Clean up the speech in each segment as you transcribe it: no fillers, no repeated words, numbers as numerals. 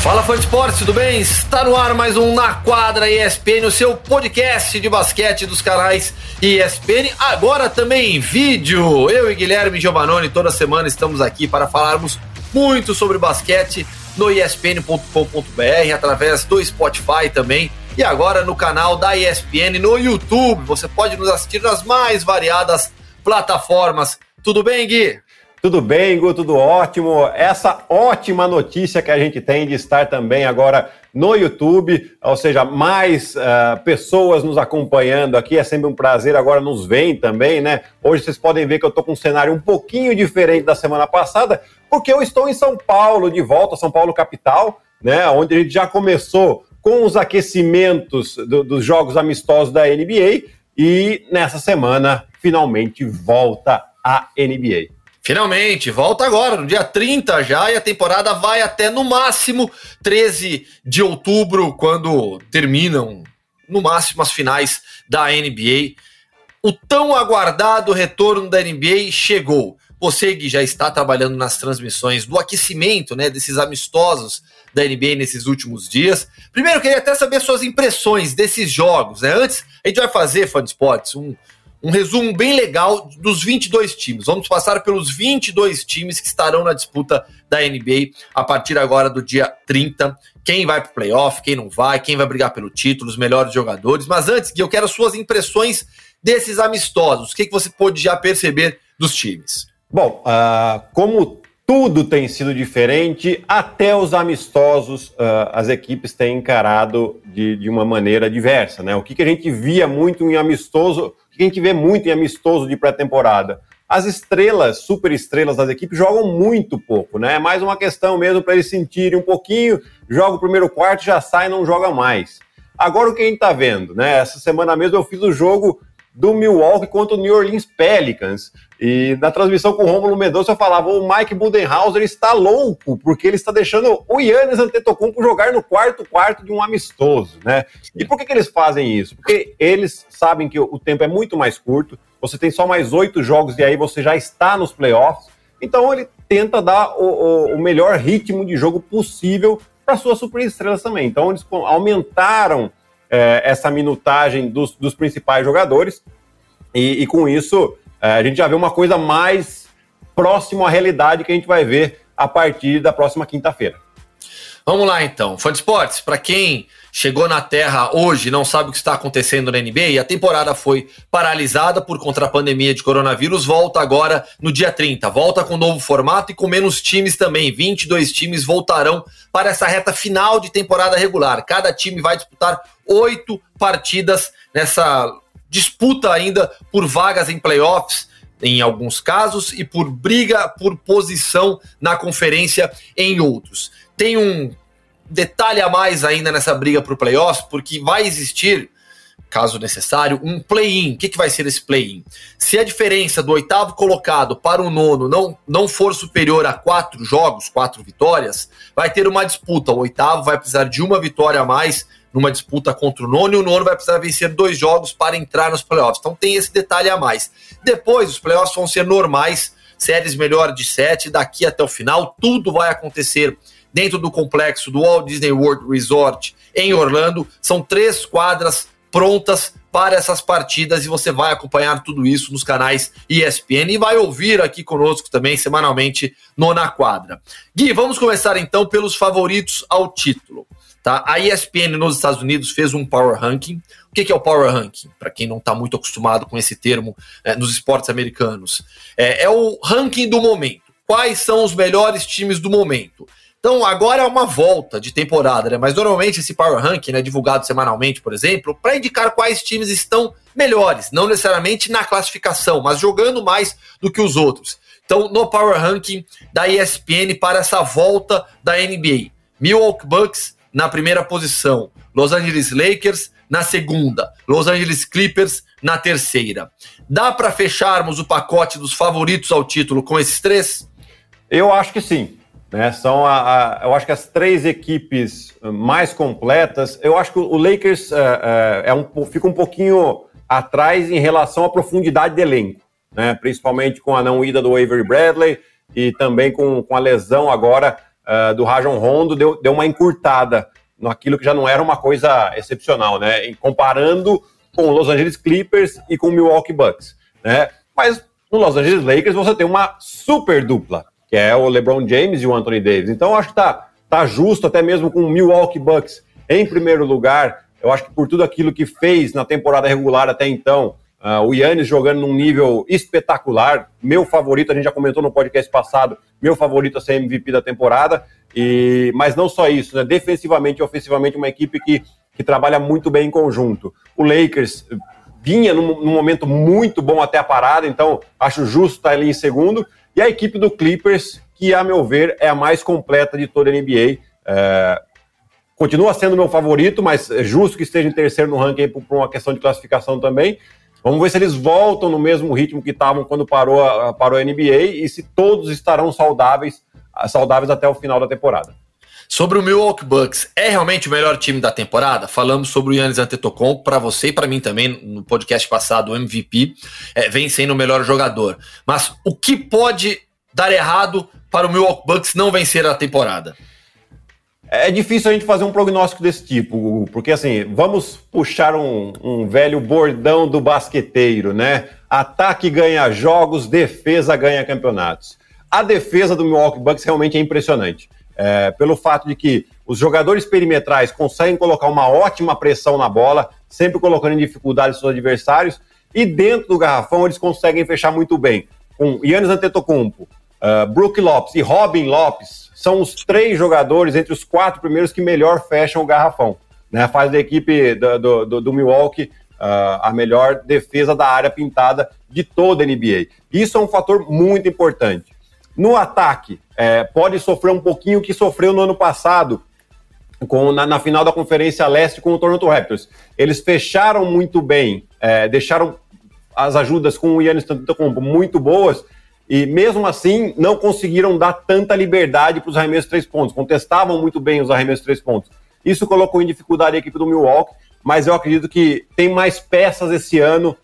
Fala, fã de esportes, tudo bem? Está no ar mais um Na Quadra ESPN, o seu podcast de basquete dos canais ESPN, agora também em vídeo. Eu e Guilherme Giovannoni toda semana estamos aqui para falarmos muito sobre basquete no espn.com.br, através do Spotify também, e agora no canal da ESPN no YouTube. Você pode nos assistir nas mais variadas plataformas. Tudo bem, Gui? Tudo bem, Gu, tudo ótimo. Essa ótima notícia que a gente tem de estar também agora no YouTube, ou seja, mais pessoas nos acompanhando aqui, é sempre um prazer, agora nos veem também, né? Hoje vocês podem ver que eu tô com um cenário um pouquinho diferente da semana passada, porque eu estou em São Paulo, de volta, São Paulo capital, né? Onde a gente já começou com os aquecimentos dos jogos amistosos da NBA e nessa semana, finalmente, volta a NBA. Finalmente, volta agora, no dia 30 já, e a temporada vai até, no máximo, 13 de outubro, quando terminam, no máximo, as finais da NBA. O tão aguardado retorno da NBA chegou. Você, Gui, já está trabalhando nas transmissões do aquecimento, né, desses amistosos da NBA nesses últimos dias. Primeiro, eu queria até saber suas impressões desses jogos, né? Antes, a gente vai fazer, fã de esportes, um resumo bem legal dos 22 times. Vamos passar pelos 22 times que estarão na disputa da NBA a partir agora do dia 30. Quem vai para o playoff, quem não vai, quem vai brigar pelo título, os melhores jogadores. Mas antes, Gui, eu quero suas impressões desses amistosos. O que você pôde já perceber dos times? Bom, como tudo tem sido diferente, até os amistosos as equipes têm encarado de uma maneira diversa, né? O que a gente via muito em amistoso, o que a gente vê muito em amistoso de pré-temporada? As estrelas, super estrelas das equipes jogam muito pouco, né? É mais uma questão mesmo para eles sentirem um pouquinho, joga o primeiro quarto, já sai e não joga mais. Agora o que a gente tá vendo, né? Essa semana mesmo eu fiz o jogo do Milwaukee contra o New Orleans Pelicans, e na transmissão com o Rômulo Mendonça eu falava, o Mike Budenholzer está louco, porque ele está deixando o Giannis Antetokounmpo jogar no quarto de um amistoso, né? E por que eles fazem isso? Porque eles sabem que o tempo é muito mais curto, você tem só mais 8 jogos e aí você já está nos playoffs, então ele tenta dar o melhor ritmo de jogo possível para suas superestrelas também. Então eles aumentaram essa minutagem dos principais jogadores, e com isso a gente já vê uma coisa mais próxima à realidade que a gente vai ver a partir da próxima quinta-feira. Vamos lá então, fã de esportes, para quem chegou na Terra hoje e não sabe o que está acontecendo na NBA, a temporada foi paralisada por conta da pandemia de coronavírus, volta agora no dia 30, volta com novo formato e com menos times também, 22 times voltarão para essa reta final de temporada regular, cada time vai disputar 8 partidas nessa disputa ainda por vagas em playoffs, em alguns casos, e por briga por posição na conferência em outros. Tem um detalhe a mais ainda nessa briga por playoffs, porque vai existir, caso necessário, um play-in. O que vai ser esse play-in? Se a diferença do 8º colocado para o 9º não for superior a 4 jogos, 4 vitórias, vai ter uma disputa. O 8º vai precisar de uma vitória a mais numa disputa contra o 9º, e o 9º vai precisar vencer 2 jogos para entrar nos playoffs. Então tem esse detalhe a mais. Depois, os playoffs vão ser normais, séries melhor de 7, daqui até o final, tudo vai acontecer dentro do complexo do Walt Disney World Resort em Orlando. São 3 quadras prontas para essas partidas e você vai acompanhar tudo isso nos canais ESPN e vai ouvir aqui conosco também semanalmente no Na Quadra. Gui, vamos começar então pelos favoritos ao título. Tá? A ESPN nos Estados Unidos fez um Power Ranking. O que é o Power Ranking? Para quem não está muito acostumado com esse termo nos esportes americanos. É o ranking do momento. Quais são os melhores times do momento? Então agora é uma volta de temporada, né? Mas normalmente esse Power Ranking é divulgado semanalmente, por exemplo, para indicar quais times estão melhores, não necessariamente na classificação, mas jogando mais do que os outros. Então no Power Ranking da ESPN para essa volta da NBA, Milwaukee Bucks na primeira posição, Los Angeles Lakers na segunda, Los Angeles Clippers na terceira. Dá para fecharmos o pacote dos favoritos ao título com esses 3? Eu acho que sim. Né? Eu acho que as 3 equipes mais completas, eu acho que o Lakers fica um pouquinho atrás em relação à profundidade de elenco, né? Principalmente com a não ida do Avery Bradley e também com a lesão agora do Rajon Rondo deu uma encurtada naquilo que já não era uma coisa excepcional, né? Comparando com o Los Angeles Clippers e com o Milwaukee Bucks, né? Mas no Los Angeles Lakers você tem uma super dupla, que é o LeBron James e o Anthony Davis. Então eu acho que tá justo, até mesmo com o Milwaukee Bucks em primeiro lugar. Eu acho que por tudo aquilo que fez na temporada regular até então, o Giannis jogando num nível espetacular, meu favorito, a gente já comentou no podcast passado, meu favorito a ser MVP da temporada, mas não só isso, né? Defensivamente e ofensivamente uma equipe que trabalha muito bem em conjunto. O Lakers vinha num momento muito bom até a parada, então acho justo estar ali em segundo, e a equipe do Clippers, que a meu ver é a mais completa de toda a NBA, continua sendo meu favorito, mas é justo que esteja em terceiro no ranking por uma questão de classificação também. Vamos ver se eles voltam no mesmo ritmo que estavam quando parou a NBA e se todos estarão saudáveis até o final da temporada. Sobre o Milwaukee Bucks, é realmente o melhor time da temporada? Falamos sobre o Giannis Antetokounmpo, para você e para mim também, no podcast passado, o MVP, vem sendo o melhor jogador. Mas o que pode dar errado para o Milwaukee Bucks não vencer a temporada? É difícil a gente fazer um prognóstico desse tipo, porque assim, vamos puxar um velho bordão do basqueteiro, né? Ataque ganha jogos, defesa ganha campeonatos. A defesa do Milwaukee Bucks realmente é impressionante, pelo fato de que os jogadores perimetrais conseguem colocar uma ótima pressão na bola, sempre colocando em dificuldade seus adversários, e dentro do garrafão eles conseguem fechar muito bem. Com Giannis Antetokounmpo, Brook Lopes e Robin Lopes são os 3 jogadores entre os 4 primeiros que melhor fecham o garrafão, né? Faz da equipe do Milwaukee a melhor defesa da área pintada de toda a NBA. Isso é um fator muito importante. No ataque, pode sofrer um pouquinho o que sofreu no ano passado, na final da Conferência Leste com o Toronto Raptors. Eles fecharam muito bem, deixaram as ajudas com o Giannis Antetokounmpo muito boas, e mesmo assim não conseguiram dar tanta liberdade para os arremessos 3 pontos, contestavam muito bem os arremessos 3 pontos. Isso colocou em dificuldade a equipe do Milwaukee, mas eu acredito que tem mais peças esse ano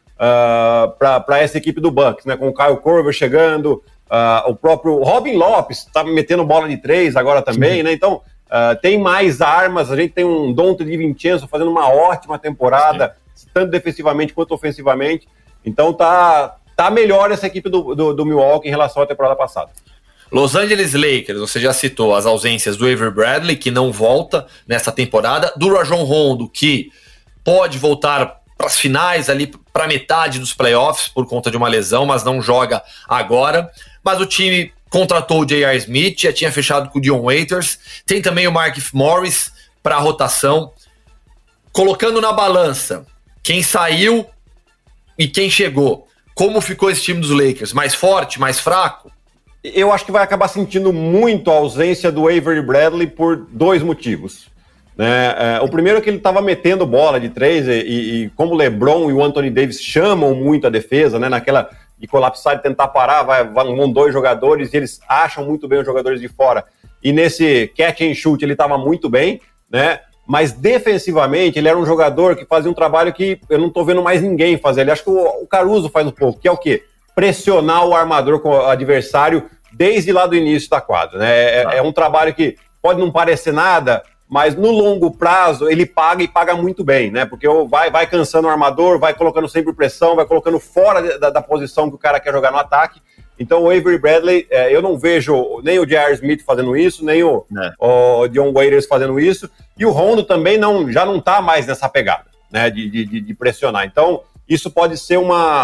para essa equipe do Bucks, né? Com o Kyle Korver chegando, o próprio Robin Lopes está metendo bola de 3 agora também, né? Então tem mais armas, a gente tem um Donte DiVincenzo fazendo uma ótima temporada, tanto defensivamente quanto ofensivamente, então tá melhor essa equipe do Milwaukee em relação à temporada passada. Los Angeles Lakers, você já citou as ausências do Avery Bradley, que não volta nessa temporada, do Rajon Rondo, que pode voltar para as finais, ali para metade dos playoffs, por conta de uma lesão, mas não joga agora. Mas o time contratou o J.R. Smith, já tinha fechado com o Dion Waiters, tem também o Markieff Morris para a rotação. Colocando na balança quem saiu e quem chegou, como ficou esse time dos Lakers? Mais forte, mais fraco? Eu acho que vai acabar sentindo muito a ausência do Avery Bradley por 2 motivos. Né? O primeiro é que ele estava metendo bola de 3 e como o LeBron e o Anthony Davis chamam muito a defesa, né? Naquela de colapsar e tentar parar, vão 2 jogadores e eles acham muito bem os jogadores de fora. E nesse catch and shoot ele estava muito bem, né? Mas defensivamente ele era um jogador que fazia um trabalho que eu não estou vendo mais ninguém fazer. Acho que o Caruso faz um pouco, que é o quê? Pressionar o armador com o adversário desde lá do início da quadra, né? É um trabalho que pode não parecer nada, mas no longo prazo ele paga e paga muito bem, né? Porque vai cansando o armador, vai colocando sempre pressão, vai colocando fora da posição que o cara quer jogar no ataque. Então o Avery Bradley, eu não vejo nem o J.R. Smith fazendo isso, nem o Dion Waiters fazendo isso, e o Rondo também já não está mais nessa pegada, né, de pressionar. Então isso pode ser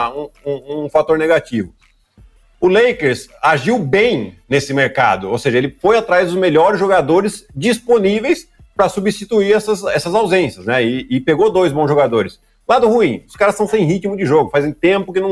um fator negativo. O Lakers agiu bem nesse mercado, ou seja, ele foi atrás dos melhores jogadores disponíveis para substituir essas ausências, né, e pegou 2 bons jogadores. Lado ruim, os caras estão sem ritmo de jogo, fazia tempo que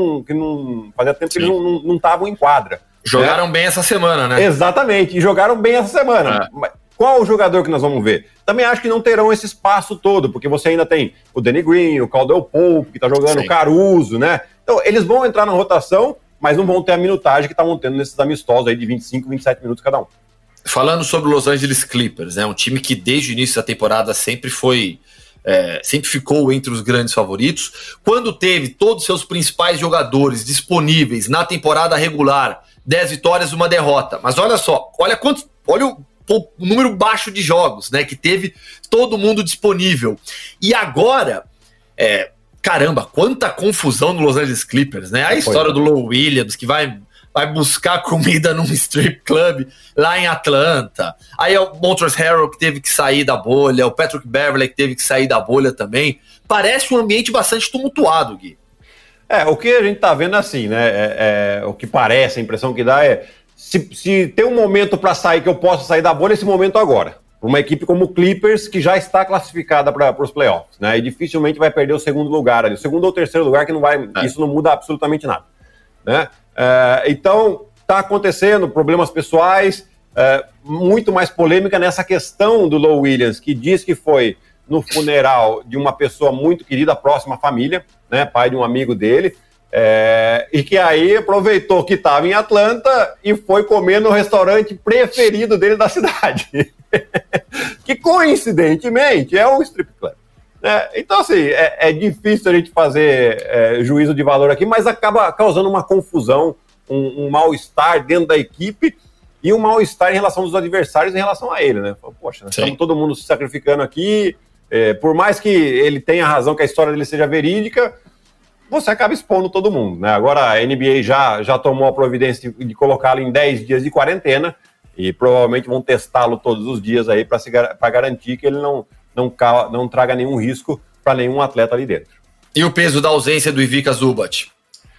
eles não estavam em quadra. Jogaram bem essa semana, né? Exatamente, e jogaram bem essa semana. Mas qual o jogador que nós vamos ver? Também acho que não terão esse espaço todo, porque você ainda tem o Danny Green, o Caldwell Pope, que está jogando, o Caruso, né? Então, eles vão entrar na rotação, mas não vão ter a minutagem que estavam tendo nesses amistosos aí de 25, 27 minutos cada um. Falando sobre o Los Angeles Clippers, né? Um time que desde o início da temporada sempre ficou entre os grandes favoritos. Quando teve todos os seus principais jogadores disponíveis na temporada regular, 10 vitórias, 1 derrota. Mas olha só, olha número baixo de jogos, né? Que teve todo mundo disponível. E agora, caramba, quanta confusão no Los Angeles Clippers, né? A história do Lou Williams, que vai buscar comida num strip club lá em Atlanta. Aí é o Montrezl Harrell que teve que sair da bolha, o Patrick Beverley que teve que sair da bolha também. Parece um ambiente bastante tumultuado, Gui. O que a gente tá vendo assim, né? O que parece, a impressão que dá se tem um momento para sair que eu possa sair da bolha, esse momento agora. Uma equipe como o Clippers, que já está classificada para os playoffs, né? E dificilmente vai perder o segundo lugar ali. O segundo ou terceiro lugar que não vai. Isso não muda absolutamente nada, né? Então, está acontecendo problemas pessoais, muito mais polêmica nessa questão do Lou Williams, que diz que foi no funeral de uma pessoa muito querida, próxima à família, né, pai de um amigo dele, e que aí aproveitou que estava em Atlanta e foi comer no restaurante preferido dele da cidade, que coincidentemente é um strip club. Então, assim, é difícil a gente fazer juízo de valor aqui, mas acaba causando uma confusão, um mal-estar dentro da equipe e um mal-estar em relação aos adversários em relação a ele, né? Poxa, nós estamos todo mundo se sacrificando aqui, por mais que ele tenha razão que a história dele seja verídica, você acaba expondo todo mundo, né? Agora a NBA já tomou a providência de colocá-lo em 10 dias de quarentena e provavelmente vão testá-lo todos os dias aí para garantir que ele não traga nenhum risco para nenhum atleta ali dentro. E o peso da ausência do Ivica Zubac?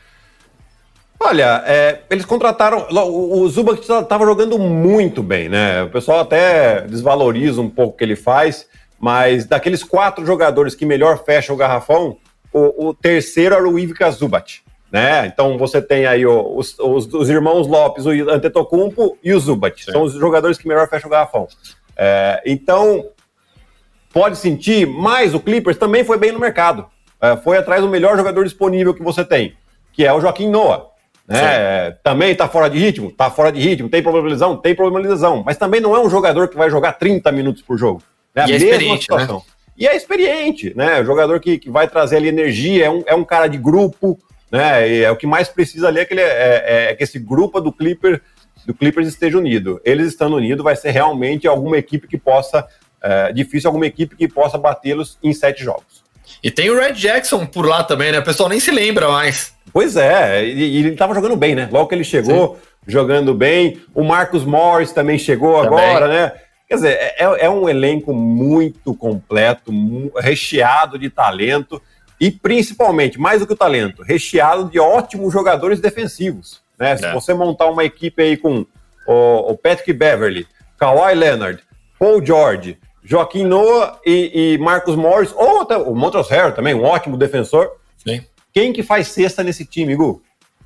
Olha, eles contrataram... O Zubac estava jogando muito bem, né? O pessoal até desvaloriza um pouco o que ele faz, mas daqueles 4 jogadores que melhor fecham o garrafão, o terceiro era o Ivica Zubac, né? Então você tem aí os irmãos Lopes, o Antetokounmpo e o Zubac. Sim. São os jogadores que melhor fecham o garrafão. Então... pode sentir, mas o Clippers também foi bem no mercado. Foi atrás do melhor jogador disponível que você tem, que é o Joaquim Noah. Né? Também está fora de ritmo? Está fora de ritmo. Tem problema de lesão? Tem problema de lesão. Mas também não é um jogador que vai jogar 30 minutos por jogo. Né? E é experiente, situação. Né? E é experiente, né? O jogador que vai trazer ali energia, é um cara de grupo, né? E o que mais precisa ali é que esse grupo do Clippers esteja unido. Eles estando unidos, vai ser realmente alguma equipe que possa... difícil alguma equipe que possa batê-los em 7 jogos. E tem o Red Jackson por lá também, né? O pessoal nem se lembra mais. Pois e ele estava jogando bem, né? Logo que ele chegou, sim, jogando bem. O Marcus Morris também chegou também. Agora, né? Quer dizer, é um elenco muito completo, recheado de talento e principalmente, mais do que o talento, recheado de ótimos jogadores defensivos, né? Se você montar uma equipe aí com o Patrick Beverley, Kawhi Leonard, Paul George, Joaquim Noah e Marcus Morris, ou até o Montrezl Harrell também, um ótimo defensor. Sim. Quem que faz cesta nesse time, Gu?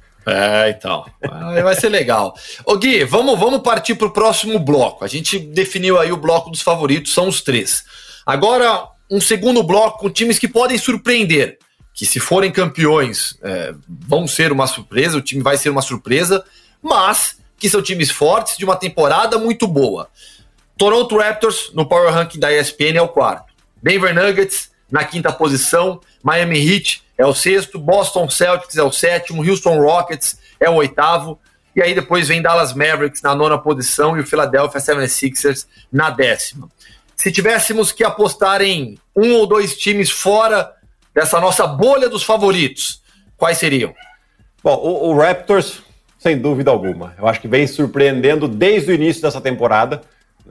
Então. Vai ser legal. Ô Gui, vamos partir para o próximo bloco. A gente definiu aí o bloco dos favoritos, são os 3. Agora, um segundo bloco com times que podem surpreender, que se forem campeões vão ser uma surpresa, o time vai ser uma surpresa, mas que são times fortes de uma temporada muito boa. Toronto Raptors, no Power Ranking da ESPN, é o 4º. Denver Nuggets, na 5ª posição. Miami Heat é o 6º. Boston Celtics é o 7º. Houston Rockets é o 8º. E aí depois vem Dallas Mavericks na 9ª posição e o Philadelphia 76ers na 10ª. Se tivéssemos que apostar em um ou 2 times fora dessa nossa bolha dos favoritos, quais seriam? Bom, o Raptors, sem dúvida alguma. Eu acho que vem surpreendendo desde o início dessa temporada.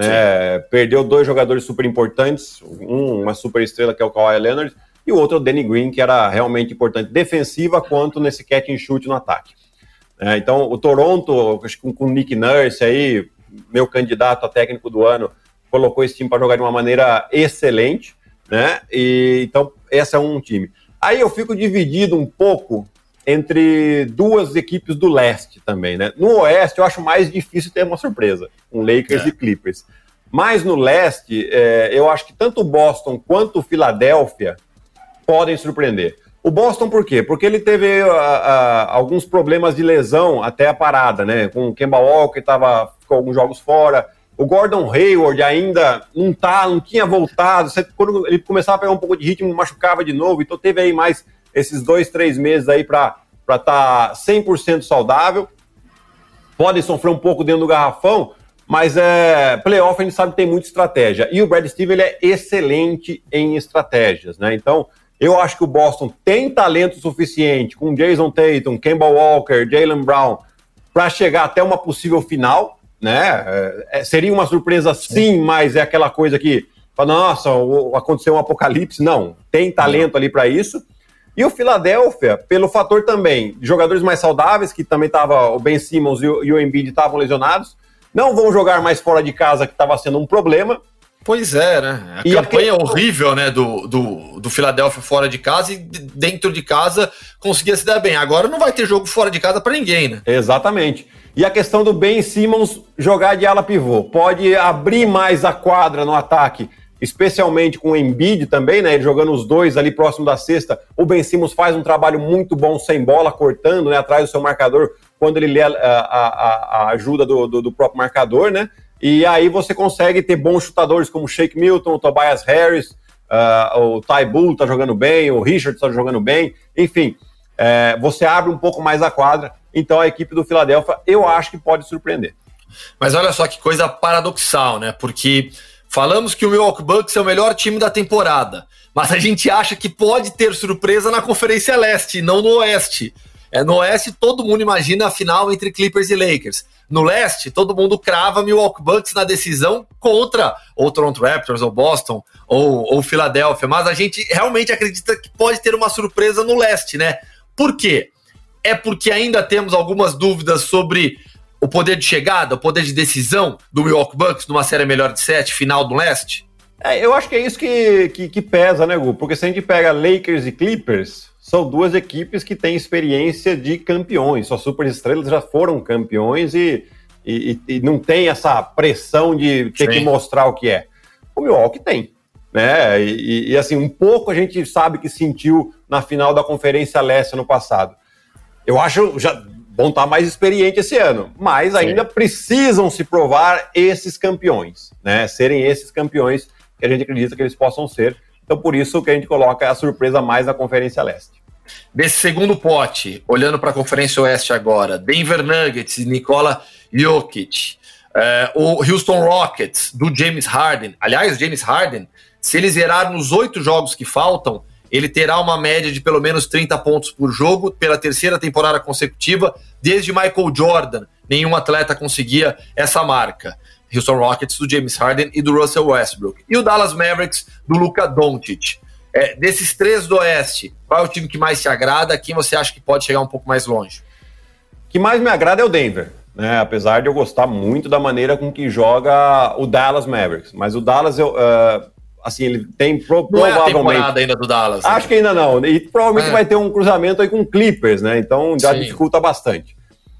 Perdeu 2 jogadores super importantes, uma super estrela que é o Kawhi Leonard e o outro é o Danny Green, que era realmente importante, defensiva quanto nesse catch and shoot no ataque. Então o Toronto, acho que com o Nick Nurse aí, meu candidato a técnico do ano, colocou esse time para jogar de uma maneira excelente, né? E então esse é um time. Aí eu fico dividido um pouco entre 2 equipes do leste também, né? No oeste eu acho mais difícil ter uma surpresa, um Lakers e Clippers. Mas no leste, eu acho que tanto o Boston quanto o Philadelphia podem surpreender. O Boston por quê? Porque ele teve alguns problemas de lesão até a parada, né? Com o Kemba Walker ficou alguns jogos fora. O Gordon Hayward ainda não tinha voltado. Quando ele começava a pegar um pouco de ritmo, machucava de novo. Então teve aí mais esses 2-3 meses aí para estar 100% saudável. Podem sofrer um pouco dentro do garrafão, Mas playoff a gente sabe que tem muita estratégia. E o Brad Stevens ele é excelente em estratégias, né? Então, eu acho que o Boston tem talento suficiente com Jason Tatum, Kemba Walker, Jaylen Brown para chegar até uma possível final, né? Seria uma surpresa sim, mas é aquela coisa que, nossa, aconteceu um apocalipse. Não, tem talento ali para isso. E o Philadelphia, pelo fator também de jogadores mais saudáveis, que também estava o Ben Simmons e o Embiid estavam lesionados, não vão jogar mais fora de casa, que estava sendo um problema. Pois é, né? A campanha horrível, né, do Philadelphia fora de casa, e dentro de casa conseguia se dar bem. Agora não vai ter jogo fora de casa para ninguém, né? Exatamente. E a questão do Ben Simmons jogar de ala pivô. Pode abrir mais a quadra no ataque, especialmente com o Embiid também, né? Ele jogando os dois ali próximo da cesta. O Ben Simmons faz um trabalho muito bom sem bola, cortando, né, atrás do seu marcador, quando ele lê a ajuda do próprio marcador, né? E aí você consegue ter bons chutadores como o Shake Milton, o Tobias Harris, o Ty Bull tá jogando bem, o Richard tá jogando bem, enfim, você abre um pouco mais a quadra. Então a equipe do Philadelphia, eu acho que pode surpreender. Mas olha só que coisa paradoxal, né? Porque falamos que o Milwaukee Bucks é o melhor time da temporada, mas a gente acha que pode ter surpresa na Conferência Leste, não no Oeste. No Oeste todo mundo imagina a final entre Clippers e Lakers. No Leste, todo mundo crava Milwaukee Bucks na decisão contra ou Toronto Raptors, ou Boston, ou Philadelphia. Mas a gente realmente acredita que pode ter uma surpresa no Leste, né? Por quê? É porque ainda temos algumas dúvidas sobre o poder de chegada, o poder de decisão do Milwaukee Bucks numa série melhor de 7, final do Leste? Eu acho que é isso que pesa, né, Gu? Porque se a gente pega Lakers e Clippers, são duas equipes que têm experiência de campeões. Suas superestrelas já foram campeões e não tem essa pressão de ter que mostrar o que é. O Milwaukee tem, né? E assim, um pouco a gente sabe que sentiu na final da Conferência Leste ano passado. Eu acho já vão estar mais experientes esse ano, mas ainda precisam se provar esses campeões, né? Serem esses campeões que a gente acredita que eles possam ser. Então, por isso que a gente coloca a surpresa mais na Conferência Leste. Desse segundo pote, olhando para a Conferência Oeste agora, Denver Nuggets e Nikola Jokic, o Houston Rockets do James Harden. Aliás, o James Harden, se ele zerar nos 8 jogos que faltam, ele terá uma média de pelo menos 30 pontos por jogo pela terceira temporada consecutiva. Desde Michael Jordan, nenhum atleta conseguia essa marca. Houston Rockets do James Harden e do Russell Westbrook. E o Dallas Mavericks do Luka Doncic. Desses 3 do Oeste, qual é o time que mais te agrada? Quem você acha que pode chegar um pouco mais longe? O que mais me agrada é o Denver, né? Apesar de eu gostar muito da maneira com que joga o Dallas Mavericks. Mas o Dallas, assim, ele tem provavelmente... Não é a temporada ainda do Dallas. Acho que ainda não. E provavelmente vai ter um cruzamento aí com o Clippers, né? Então já dificulta bastante.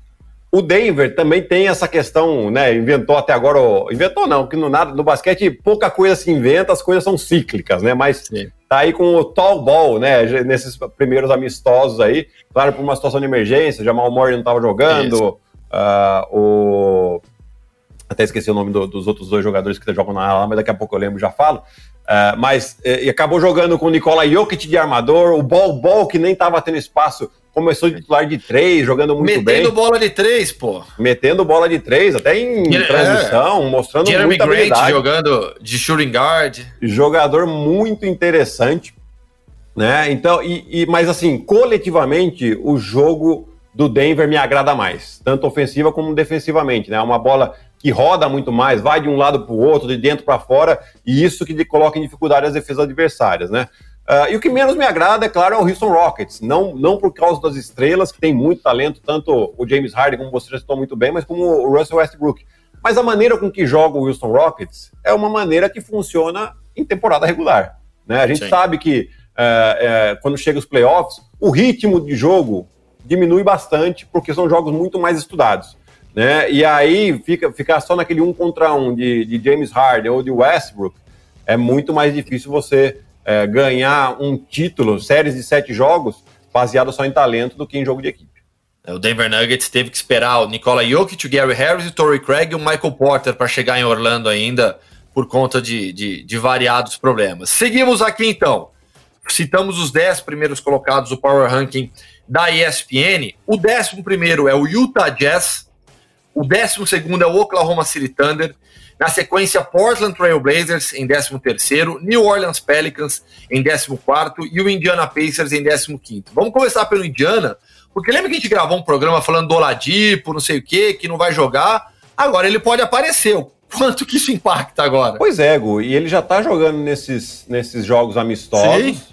O Denver também tem essa questão, né? Inventou até agora... Inventou não, porque no basquete pouca coisa se inventa, as coisas são cíclicas, né? Mas tá aí com o tall ball, né? Nesses primeiros amistosos aí. Claro, por uma situação de emergência, Jamal Murray não estava jogando. Até esqueci o nome dos outros 2 jogadores que jogam na ala, mas daqui a pouco eu lembro e já falo. E acabou jogando com o Nikola Jokic de armador, o Ball que nem estava tendo espaço, começou de titular de 3, jogando muito bem. Metendo bola de 3, pô. Metendo bola de 3, até em transição, mostrando Jeremy muita habilidade. Grant jogando de shooting guard. Jogador muito interessante, né? Então, mas assim, coletivamente, o jogo do Denver me agrada mais, tanto ofensiva como defensivamente, né? É uma bola que roda muito mais, vai de um lado para o outro, de dentro para fora, e isso que coloca em dificuldade as defesas adversárias, né? E o que menos me agrada, é claro, é o Houston Rockets, não por causa das estrelas, que tem muito talento, tanto o James Harden, como você já citou muito bem, mas como o Russell Westbrook. Mas a maneira com que joga o Houston Rockets é uma maneira que funciona em temporada regular, né? A gente sabe que quando chega os playoffs, o ritmo de jogo diminui bastante, porque são jogos muito mais estudados, né? E aí ficar só naquele 1 contra 1 de James Harden ou de Westbrook é muito mais difícil você ganhar um título, séries de 7 jogos, baseado só em talento do que em jogo de equipe. O Denver Nuggets teve que esperar o Nikola Jokic, o Gary Harris, o Torrey Craig e o Michael Porter para chegar em Orlando ainda, por conta de variados problemas. Seguimos aqui então. Citamos os 10 primeiros colocados do Power Ranking da ESPN. O 11º é o Utah Jazz, O 12º é o Oklahoma City Thunder. Na sequência, Portland Trail Blazers em 13º, New Orleans Pelicans em 14º e o Indiana Pacers em 15º. Vamos começar pelo Indiana, porque lembra que a gente gravou um programa falando do Oladipo, não sei o quê, que não vai jogar? Agora ele pode aparecer. O quanto que isso impacta agora? Pois é, Gu, e ele já tá jogando nesses jogos amistosos. Sim.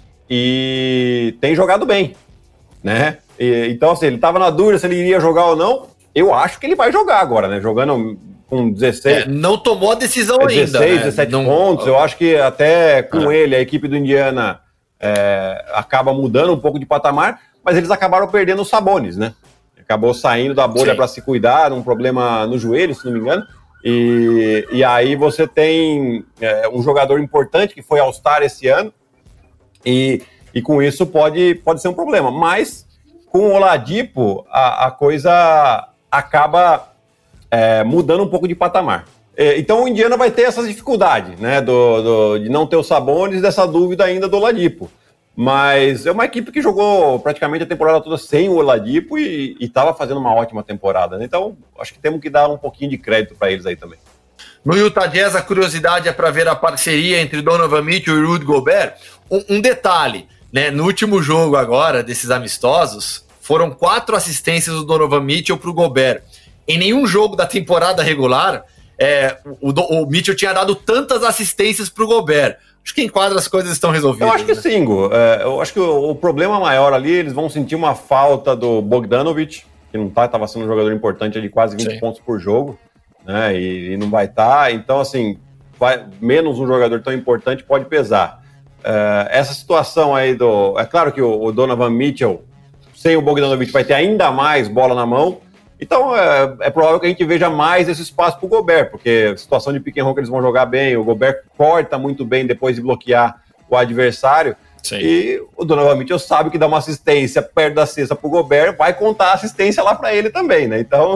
E tem jogado bem, né? Então, assim, ele tava na dúvida se ele iria jogar ou não. Eu acho que ele vai jogar agora, né? Jogando com 16... não tomou a decisão ainda. 16, né? 17 pontos. Eu acho que até com ele, a equipe do Indiana acaba mudando um pouco de patamar, mas eles acabaram perdendo os Sabonis, né? Acabou saindo da bolha para se cuidar, um problema no joelho, se não me engano. E aí você tem um jogador importante que foi All-Star esse ano, e com isso pode ser um problema. Mas com o Oladipo, a coisa acaba mudando um pouco de patamar. Então o Indiana vai ter essas dificuldades, né, de não ter os Sabonis, dessa dúvida ainda do Oladipo. Mas é uma equipe que jogou praticamente a temporada toda sem o Oladipo e estava fazendo uma ótima temporada, né? Então acho que temos que dar um pouquinho de crédito para eles aí também. No Utah Jazz, a curiosidade é para ver a parceria entre Donovan Mitchell e Rudy Gobert. Um detalhe, né? No último jogo agora, desses amistosos, foram 4 assistências do Donovan Mitchell para o Gobert. Em nenhum jogo da temporada regular, o Mitchell tinha dado tantas assistências para o Gobert. Acho que em quadra as coisas estão resolvidas. Eu acho que sim, Gu. Eu acho que o problema maior ali, eles vão sentir uma falta do Bogdanovic, que não estava sendo um jogador importante de quase 20 pontos por jogo, né? E não vai estar. Então, assim, menos um jogador tão importante pode pesar. Essa situação aí é claro que o Donovan Mitchell, sem o Bogdanovic, vai ter ainda mais bola na mão. Então, é provável que a gente veja mais esse espaço para o Gobert, porque a situação de pick and roll que eles vão jogar bem, o Gobert corta muito bem depois de bloquear o adversário. Sim. E o Donovan Mitchell sabe que dá uma assistência perto da cesta para o Gobert, vai contar a assistência lá para ele também, né? Então,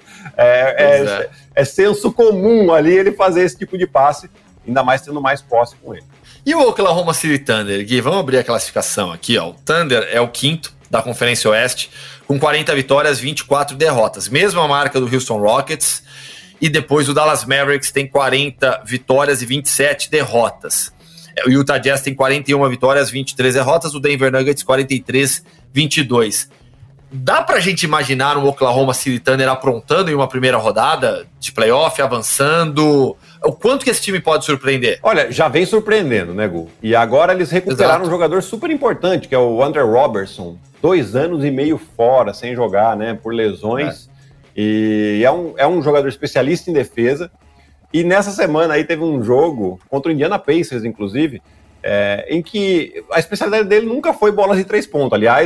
é senso comum ali ele fazer esse tipo de passe, ainda mais tendo mais posse com ele. E o Oklahoma City Thunder, Gui? Vamos abrir a classificação aqui, ó. O Thunder é o 5º da Conferência Oeste, com 40 vitórias, 24 derrotas. Mesma marca do Houston Rockets. E depois o Dallas Mavericks tem 40 vitórias e 27 derrotas. O Utah Jazz tem 41 vitórias, 23 derrotas. O Denver Nuggets, 43, 22. Dá pra gente imaginar um Oklahoma City Thunder aprontando em uma primeira rodada de playoff, avançando? O quanto que esse time pode surpreender? Olha, já vem surpreendendo, né, Gu? E agora eles recuperaram um jogador super importante, que é o Andre Robertson. 2 anos e meio fora, sem jogar, né, por lesões. E é um jogador especialista em defesa. E nessa semana aí teve um jogo contra o Indiana Pacers, inclusive, em que a especialidade dele nunca foi bolas de 3 pontos. Aliás,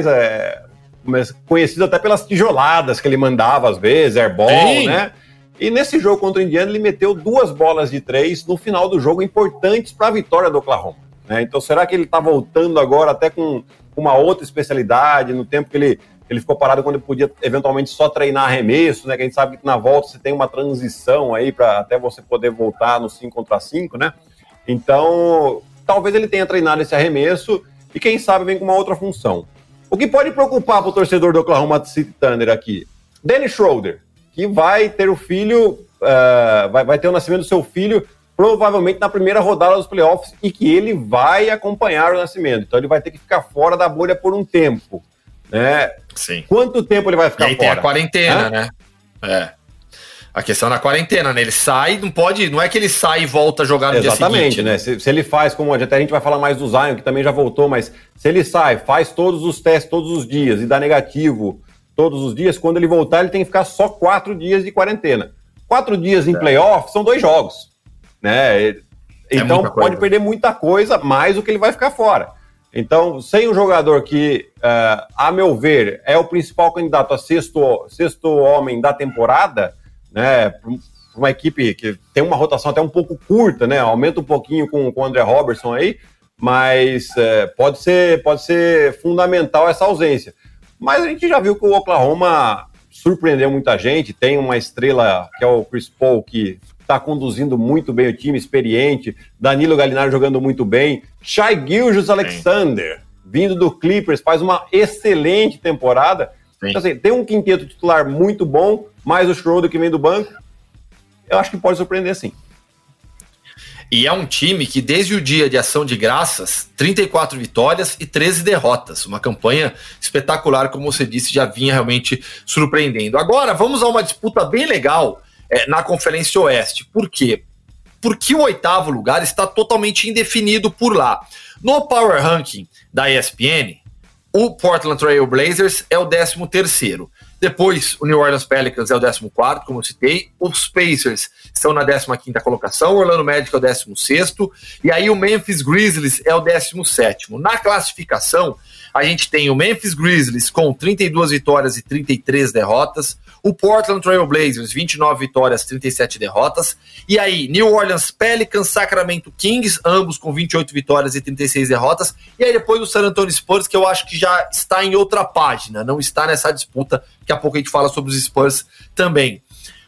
conhecido até pelas tijoladas que ele mandava às vezes, airball, né? E nesse jogo contra o Indiana ele meteu 2 bolas de 3 no final do jogo, importantes para a vitória do Oklahoma, né? Então será que ele está voltando agora até com uma outra especialidade, no tempo que ele ficou parado quando ele podia eventualmente só treinar arremesso, né? Que a gente sabe que na volta você tem uma transição aí para até você poder voltar no 5 contra 5, né? Então talvez ele tenha treinado esse arremesso e quem sabe vem com uma outra função. O que pode preocupar para o torcedor do Oklahoma City Thunder aqui? Dennis Schroeder, que vai ter o filho, vai ter o nascimento do seu filho provavelmente na primeira rodada dos playoffs e que ele vai acompanhar o nascimento. Então ele vai ter que ficar fora da bolha por um tempo, né? Sim. Quanto tempo ele vai ficar fora? E aí tem a quarentena, né? A questão da quarentena, né? Ele sai, não é que ele sai e volta a jogar no dia seguinte. Né? Se ele faz, como até a gente vai falar mais do Zion, que também já voltou, mas se ele sai, faz todos os testes todos os dias e dá negativo todos os dias, quando ele voltar ele tem que ficar só 4 dias de quarentena. 4 dias em playoff são 2 jogos, né? Então pode perder muita coisa, mais do que ele vai ficar fora. Então, sem um jogador que, a meu ver, é o principal candidato a sexto homem da temporada, né, uma equipe que tem uma rotação até um pouco curta, né, aumenta um pouquinho com o Andre Robertson aí, mas pode ser fundamental essa ausência. Mas a gente já viu que o Oklahoma surpreendeu muita gente, tem uma estrela que é o Chris Paul, que está conduzindo muito bem o time, experiente, Danilo Gallinari jogando muito bem, Shai Gilgeous-Alexander, vindo do Clippers, faz uma excelente temporada, Então, assim, tem um quinteto titular muito bom, mais o Schroeder que vem do banco, eu acho que pode surpreender sim. E é um time que, desde o dia de ação de graças, 34 vitórias e 13 derrotas. Uma campanha espetacular, como você disse, já vinha realmente surpreendendo. Agora, vamos a uma disputa bem legal na Conferência Oeste. Por quê? Porque o 8º lugar está totalmente indefinido por lá. No Power Ranking da ESPN, o Portland Trail Blazers é o 13º. Depois, o New Orleans Pelicans é o 14º, como eu citei. Os Pacers estão na 15ª colocação. O Orlando Magic é o 16º. E aí o Memphis Grizzlies é o 17º. Na classificação, a gente tem o Memphis Grizzlies com 32 vitórias e 33 derrotas. O Portland Trail Blazers, 29 vitórias, 37 derrotas. E aí, New Orleans Pelicans, Sacramento Kings, ambos com 28 vitórias e 36 derrotas. E aí depois o San Antonio Spurs, que eu acho que já está em outra página, não está nessa disputa. Daqui a pouco a gente fala sobre os Spurs também.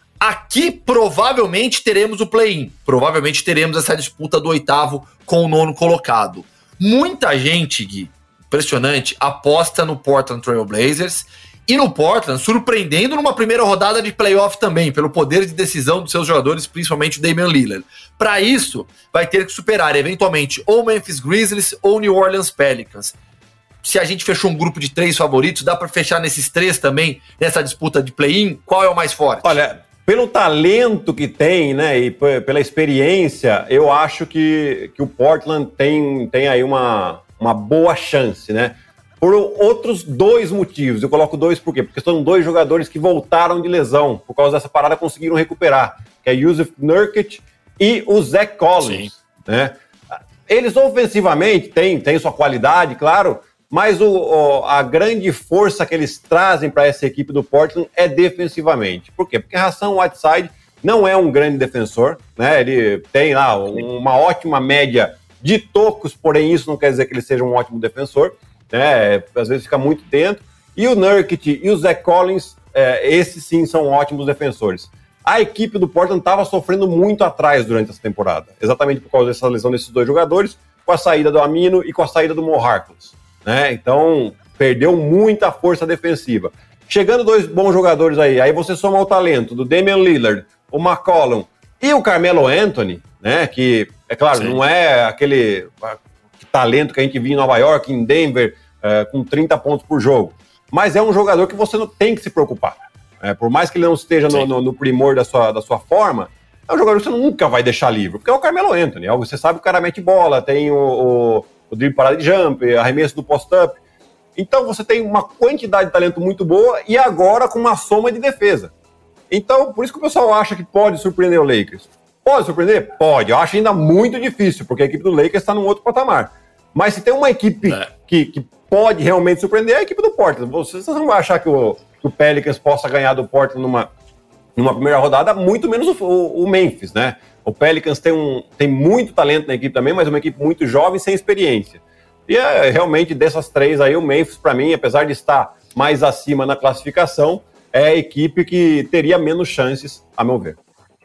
Aqui provavelmente teremos o play-in. Provavelmente teremos essa disputa do 8º com o 9º colocado. Muita gente, Gui, impressionante, aposta no Portland Trail Blazers e no Portland, surpreendendo numa primeira rodada de playoff também, pelo poder de decisão dos seus jogadores, principalmente o Damian Lillard. Para isso, vai ter que superar eventualmente ou o Memphis Grizzlies ou o New Orleans Pelicans. Se a gente fechou um grupo de 3 favoritos, dá para fechar nesses 3 também, nessa disputa de play-in? Qual é o mais forte? Olha, pelo talento que tem, né, e pela experiência, eu acho que o Portland tem aí uma boa chance, né? Por outros 2 motivos. Eu coloco 2 por quê? Porque são 2 jogadores que voltaram de lesão. Por causa dessa parada, conseguiram recuperar. Que é Jusuf Nurkic e o Zach Collins. Né? Eles ofensivamente têm sua qualidade, claro, mas a grande força que eles trazem para essa equipe do Portland é defensivamente. Por quê? Porque Hassan Whiteside não é um grande defensor, né? Ele tem lá uma ótima média de tocos, porém isso não quer dizer que ele seja um ótimo defensor, né? Às vezes fica muito dentro. E o Nurkic e o Zach Collins, esses sim são ótimos defensores. A equipe do Portland estava sofrendo muito atrás durante essa temporada, exatamente por causa dessa lesão desses 2 jogadores, com a saída do Amino e com a saída do Mo Harkless, né? Então, perdeu muita força defensiva. Chegando 2 bons jogadores aí você soma o talento do Damian Lillard, o McCollum e o Carmelo Anthony, né? Que, é claro, não é aquele talento que a gente viu em Nova York, em Denver, com 30 pontos por jogo. Mas é um jogador que você não tem que se preocupar. Por mais que ele não esteja no primor da sua forma, é um jogador que você nunca vai deixar livre, porque é o Carmelo Anthony. Você sabe que o cara mete bola, tem o drible parada de jump, arremesso do post-up. Então você tem uma quantidade de talento muito boa e agora com uma soma de defesa. Então, por isso que o pessoal acha que pode surpreender o Lakers. Pode surpreender? Pode. Eu acho ainda muito difícil, porque a equipe do Lakers está num outro patamar. Mas se tem uma equipe que pode realmente surpreender, é a equipe do Portland. Vocês não vão achar que o Pelicans possa ganhar do Portland numa primeira rodada, muito menos o Memphis, né? O Pelicans tem muito talento na equipe também, mas é uma equipe muito jovem, sem experiência. E realmente dessas 3 aí, o Memphis, para mim, apesar de estar mais acima na classificação, é a equipe que teria menos chances, a meu ver.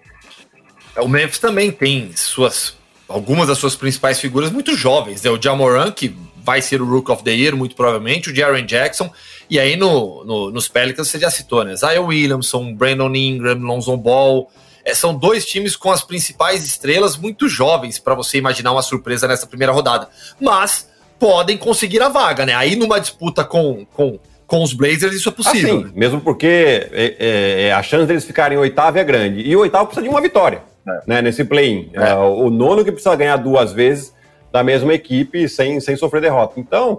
O Memphis também tem algumas das suas principais figuras muito jovens, né? O Ja Morant, que vai ser o Rookie of the Year, muito provavelmente, o Jaren Jackson, e aí nos Pelicans você já citou, né? Zion Williamson, Brandon Ingram, Lonzo Ball, são 2 times com as principais estrelas muito jovens para você imaginar uma surpresa nessa primeira rodada, mas podem conseguir a vaga, né? Aí numa disputa com os Blazers isso é possível. Assim, né? Mesmo porque a chance deles ficarem em 8º é grande, e o 8º precisa de uma vitória, né, nesse play-in. O 9º que precisa ganhar 2 vezes da mesma equipe sem sofrer derrota. Então,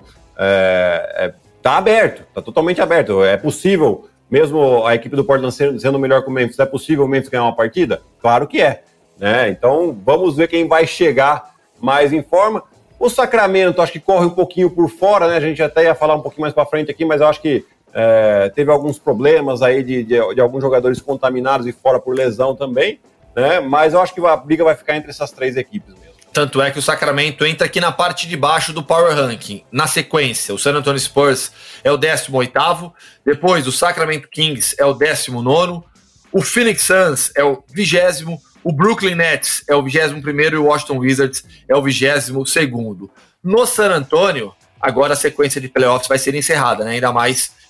tá aberto, tá totalmente aberto. É possível, mesmo a equipe do Portland sendo melhor que o Memphis, é possível o Memphis ganhar uma partida? Claro que é, né? Então, vamos ver quem vai chegar mais em forma. O Sacramento, acho que corre um pouquinho por fora, né? A gente até ia falar um pouquinho mais para frente aqui, mas eu acho que teve alguns problemas aí de alguns jogadores contaminados e fora por lesão também, né? Mas eu acho que a briga vai ficar entre essas 3 equipes mesmo. Tanto é que o Sacramento entra aqui na parte de baixo do Power Ranking. Na sequência, o San Antonio Spurs é o 18º, depois o Sacramento Kings é o 19º, o Phoenix Suns é o 20º, o Brooklyn Nets é o 21º e o Washington Wizards é o 22º. No San Antonio, agora a sequência de playoffs vai ser encerrada, né? Ainda mais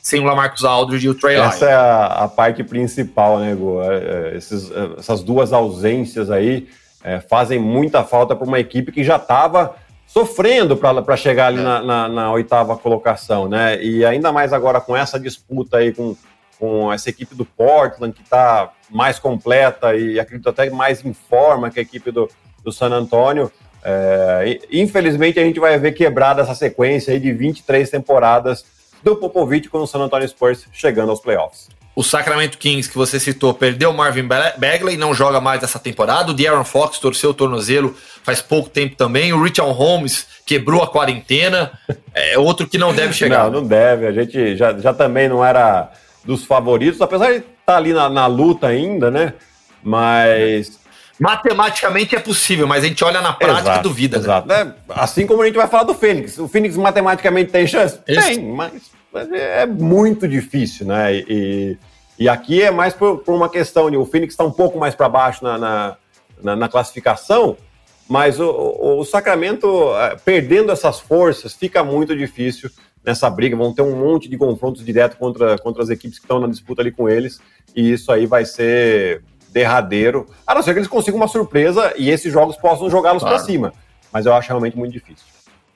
sem o LaMarcus Aldridge e o Trae Lyles. Essa é a parte principal, né, Gu? Essas duas ausências aí fazem muita falta para uma equipe que já estava sofrendo para chegar ali na oitava colocação, né? E ainda mais agora com essa disputa aí com essa equipe do Portland, que está mais completa e acredito até mais em forma que a equipe do San Antonio. Infelizmente a gente vai ver quebrada essa sequência aí de 23 temporadas do Popovich com o San Antonio Spurs chegando aos playoffs. O Sacramento Kings, que você citou, perdeu o Marvin Bagley, não joga mais essa temporada. O De'Aaron Fox torceu o tornozelo faz pouco tempo também. O Richaun Holmes quebrou a quarentena. É outro que não deve chegar. Não deve. A gente já também não era dos favoritos, apesar de estar ali na luta ainda, né? Mas... matematicamente é possível, mas a gente olha na prática e duvida. Exato. Né? Assim como a gente vai falar do Phoenix. O Phoenix matematicamente tem chance? Tem, mas é muito difícil, né? E aqui é mais por uma questão de o Phoenix está um pouco mais para baixo na classificação, mas o Sacramento, perdendo essas forças, fica muito difícil nessa briga. Vão ter um monte de confrontos diretos contra as equipes que estão na disputa ali com eles, e isso aí vai ser derradeiro, a não ser que eles consigam uma surpresa e esses jogos possam jogá-los para cima, mas eu acho realmente muito difícil.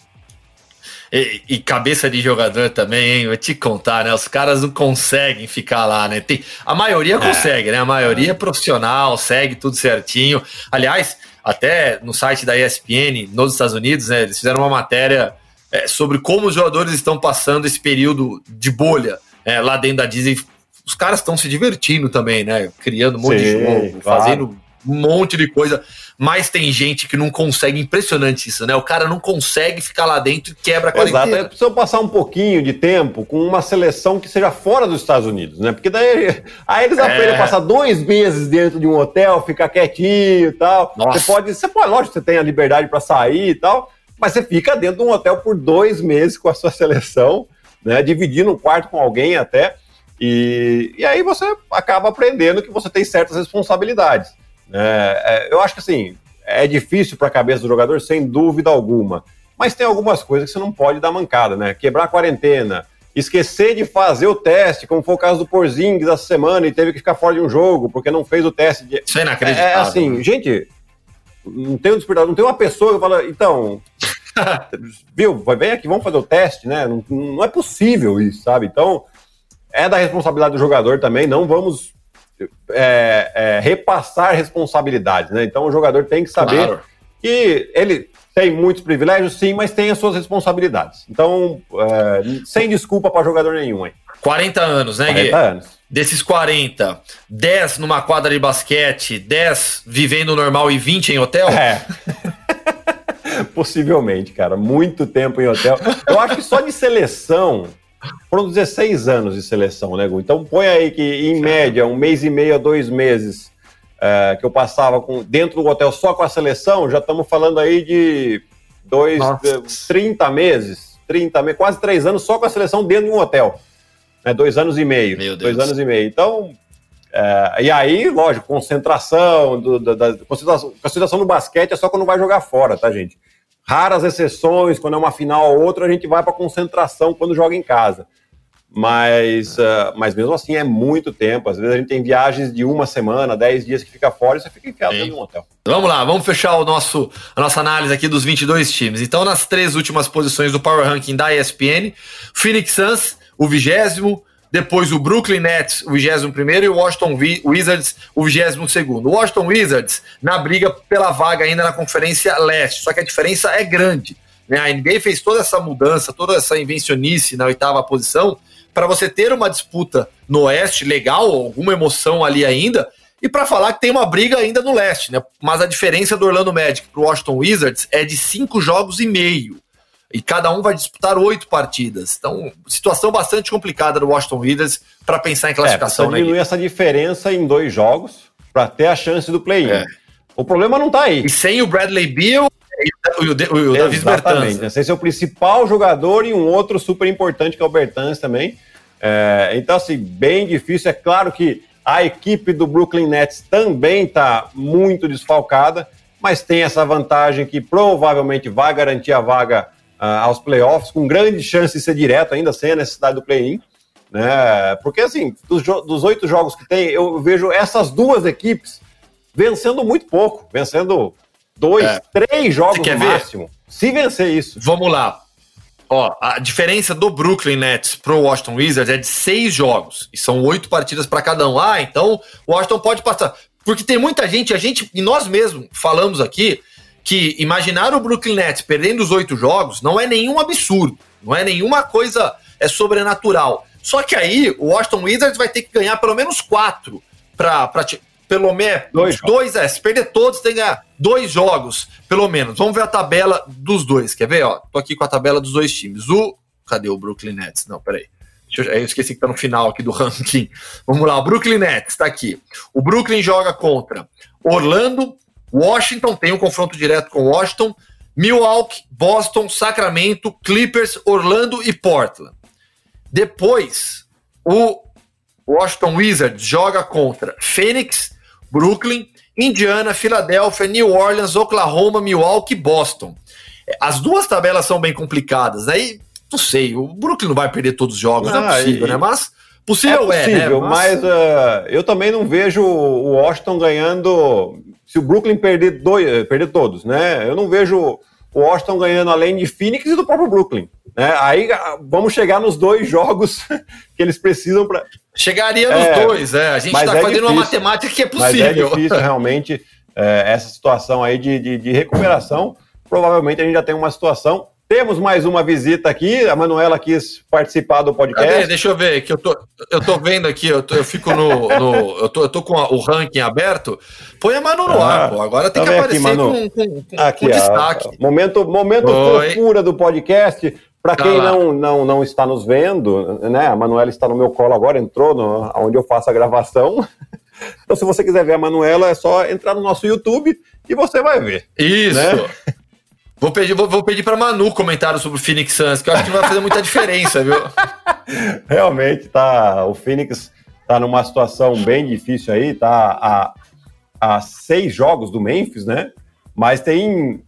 E cabeça de jogador também, hein? Vou te contar, né? Os caras não conseguem ficar lá, né? A maioria consegue, né? A maioria é profissional, segue tudo certinho. Aliás, até no site da ESPN, nos Estados Unidos, né? Eles fizeram uma matéria sobre como os jogadores estão passando esse período de bolha lá dentro da Disney. Os caras estão se divertindo também, né? Criando um monte de jogo, fazendo um monte de coisa. Mas tem gente que não consegue, impressionante isso, né? O cara não consegue ficar lá dentro e quebra a quarentena. Exato, precisa passar um pouquinho de tempo com uma seleção que seja fora dos Estados Unidos, né? Porque daí aí eles aprendem a passar 2 meses dentro de um hotel, ficar quietinho e tal. Você pode, lógico, você tem a liberdade para sair e tal, mas você fica dentro de um hotel por 2 meses com a sua seleção, né? Dividindo um quarto com alguém até, e aí você acaba aprendendo que você tem certas responsabilidades. Eu acho que assim, é difícil para a cabeça do jogador, sem dúvida alguma, mas tem algumas coisas que você não pode dar mancada, né? Quebrar a quarentena, esquecer de fazer o teste, como foi o caso do Porzingis essa semana e teve que ficar fora de um jogo porque não fez o teste. Isso é inacreditável. Assim, gente, não tem um despertador, não tem uma pessoa que fala, então, viu, vem aqui, vamos fazer o teste, né? Não é possível isso, sabe? Então, é da responsabilidade do jogador também, não vamos repassar responsabilidades, né? Então o jogador tem que saber que ele tem muitos privilégios, sim, mas tem as suas responsabilidades. Então, sem desculpa para jogador nenhum, hein? 40 anos, né, 40 Gui? anos. Desses 40, 10 numa quadra de basquete, 10 vivendo normal e 20 em hotel? Possivelmente, cara. Muito tempo em hotel. Eu acho que só de seleção foram 16 anos de seleção, né, Gu? Então põe aí que, em média, 1 mês e meio a 2 meses que eu passava dentro do hotel só com a seleção, já estamos falando aí de 30 meses, quase 3 anos só com a seleção dentro de um hotel. 2 anos e meio. Meu Deus. 2 anos e meio. Então, e aí, lógico, concentração, concentração no basquete é só quando vai jogar fora, tá, gente? Raras exceções, quando é uma final ou outra, a gente vai para concentração quando joga em casa. Mas mesmo assim é muito tempo. Às vezes a gente tem viagens de 1 semana, 10 dias que fica fora e você fica enfiado dentro de um hotel. Vamos lá, vamos fechar a nossa análise aqui dos 22 times. Então, nas 3 últimas posições do Power Ranking da ESPN, Phoenix Suns, o 20º, depois o Brooklyn Nets, o 21º, e o Washington Wizards, o 22º. O Washington Wizards na briga pela vaga ainda na Conferência Leste, só que a diferença é grande, né? A NBA fez toda essa mudança, toda essa invencionice na 8ª posição, para você ter uma disputa no Oeste legal, alguma emoção ali ainda, e para falar que tem uma briga ainda no Leste, né? Mas a diferença do Orlando Magic para o Washington Wizards é de 5,5 jogos, e cada um vai disputar 8 partidas. Então, situação bastante complicada do Washington Wizards para pensar em classificação. Precisa diminuir essa diferença em 2 jogos para ter a chance do play-in. O problema não está aí. E sem o Bradley Beal e o Davis Bertans. Esse é o principal jogador e um outro super importante que é o Bertans também. Então, assim, bem difícil. É claro que a equipe do Brooklyn Nets também está muito desfalcada, mas tem essa vantagem que provavelmente vai garantir a vaga aos playoffs, com grande chance de ser direto, ainda sem a necessidade do play-in. né? Porque, assim, dos 8 jogos que tem, eu vejo essas duas equipes vencendo muito pouco, vencendo 2, 3 jogos no máximo. Se vencer isso. Vamos lá. Ó, a diferença do Brooklyn Nets pro Washington Wizards é de 6 jogos. E são 8 partidas para cada um. Então o Washington pode passar. Porque tem muita gente, e nós mesmos falamos aqui, que imaginar o Brooklyn Nets perdendo os 8 jogos não é nenhum absurdo. Não é nenhuma coisa sobrenatural. Só que aí o Washington Wizards vai ter que ganhar pelo menos 4 para pelo menos 2, se perder todos, tem que ganhar 2 jogos, pelo menos. Vamos ver a tabela dos dois, quer ver? Ó, tô aqui com a tabela dos 2 times. Cadê o Brooklyn Nets? Não, peraí. Eu esqueci que tá no final aqui do ranking. Vamos lá, o Brooklyn Nets tá aqui. O Brooklyn joga contra Orlando, Washington, tem um confronto direto com Washington, Milwaukee, Boston, Sacramento, Clippers, Orlando e Portland. Depois, o Washington Wizards joga contra Phoenix, Brooklyn, Indiana, Filadélfia, New Orleans, Oklahoma, Milwaukee e Boston. As duas tabelas são bem complicadas. Aí, não sei, o Brooklyn não vai perder todos os jogos, não é possível, né? Mas possível né? Mas eu também não vejo o Washington ganhando. Se o Brooklyn perder todos, né? Eu não vejo o Washington ganhando além de Phoenix e do próprio Brooklyn. Né? Aí vamos chegar nos 2 jogos que eles precisam para. Chegaria nos 2, A gente está fazendo uma matemática que é possível. Mas é difícil realmente essa situação aí de recuperação. Provavelmente a gente já tem uma situação. Temos mais uma visita aqui. A Manuela quis participar do podcast. Cadê? Deixa eu ver, que eu tô vendo aqui. Eu fico eu tô com o ranking aberto. Põe a Manu no ar, pô. Agora tem que aparecer aqui, com destaque. Momento fofura do podcast. Para quem não está nos vendo, né? A Manuela está no meu colo agora, entrou onde eu faço a gravação. Então, se você quiser ver a Manuela, é só entrar no nosso YouTube e você vai ver. Isso! Né? Vou pedir para Manu comentário sobre o Phoenix Suns, que eu acho que não vai fazer muita diferença, viu? Realmente, o Phoenix tá numa situação bem difícil aí, tá a 6 jogos do Memphis, né? Mas tem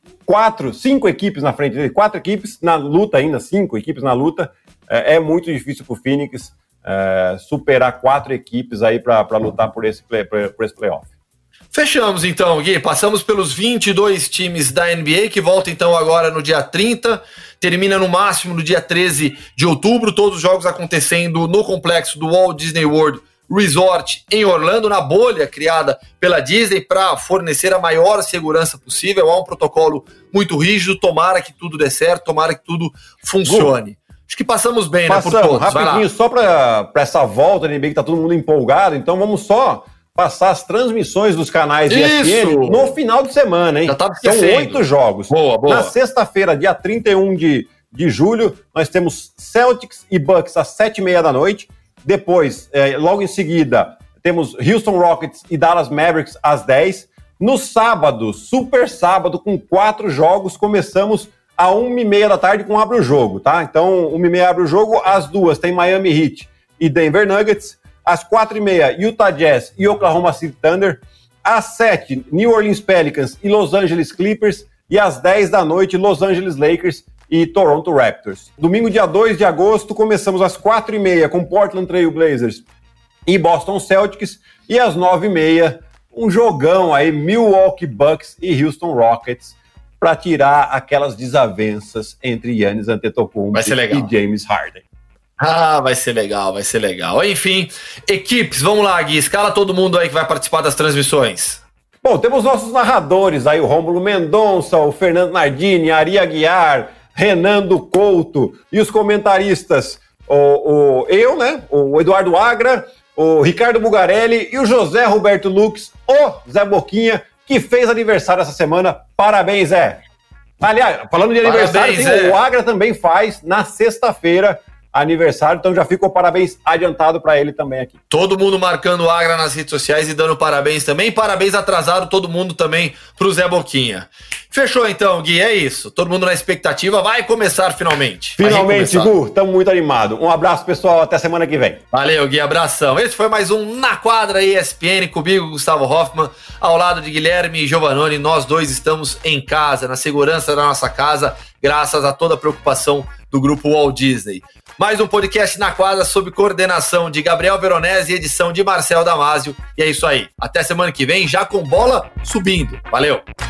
5 equipes na frente dele, 4 equipes na luta ainda, 5 equipes na luta. É muito difícil pro Phoenix superar 4 equipes aí para lutar por esse playoff. Fechamos então, Gui. Passamos pelos 22 times da NBA, que volta então agora no dia 30, termina no máximo no dia 13 de outubro, todos os jogos acontecendo no complexo do Walt Disney World Resort em Orlando, na bolha criada pela Disney para fornecer a maior segurança possível. Há um protocolo muito rígido, tomara que tudo dê certo, tomara que tudo funcione. Acho que passamos bem, né, por todos. Rapidinho, só para essa volta da NBA que tá todo mundo empolgado, então vamos só passar as transmissões dos canais ESPN no final de semana, hein? São 8 jogos. Boa. Na sexta-feira, dia 31 de julho, nós temos Celtics e Bucks às 7h30 da noite. Depois, logo em seguida, temos Houston Rockets e Dallas Mavericks às 10. No sábado, super sábado, com 4 jogos, começamos às 1h30 da tarde com Abre o Jogo, tá? Então, 1h30 abre o jogo, às 2 tem Miami Heat e Denver Nuggets. Às 4h30, Utah Jazz e Oklahoma City Thunder. Às 7, New Orleans Pelicans e Los Angeles Clippers. E às 10 da noite, Los Angeles Lakers e Toronto Raptors. Domingo, dia 2 de agosto, começamos às 4h30 com Portland Trail Blazers e Boston Celtics. E às 9h30, um jogão aí, Milwaukee Bucks e Houston Rockets, para tirar aquelas desavenças entre Giannis Antetokounmpo e James Harden. Vai ser legal. Enfim, equipes, vamos lá, Gui, escala todo mundo aí que vai participar das transmissões. Bom, temos nossos narradores aí, o Rômulo Mendonça, o Fernando Nardini, a Ari Aguiar, Renando Couto, e os comentaristas, eu, né, o Eduardo Agra, o Ricardo Bugarelli e o José Roberto Lux, o Zé Boquinha, que fez aniversário essa semana. Parabéns, Zé! Aliás, falando de aniversário, o Agra também faz na sexta-feira aniversário, então já ficou parabéns adiantado para ele também aqui. Todo mundo marcando o Agra nas redes sociais e dando parabéns também. Parabéns atrasado todo mundo também pro Zé Boquinha. Fechou então, Gui, é isso. Todo mundo na expectativa, vai começar finalmente. Finalmente, Gu, estamos muito animados. Um abraço, pessoal, até semana que vem. Valeu, Gui, abração. Esse foi mais um Na Quadra ESPN, comigo, Gustavo Hoffman, ao lado de Guilherme e Giovannone. Nós dois estamos em casa, na segurança da nossa casa, graças a toda a preocupação do grupo Walt Disney. Mais um podcast na quadra sob coordenação de Gabriel Veronese e edição de Marcel Damasio. E é isso aí. Até semana que vem, já com bola subindo. Valeu!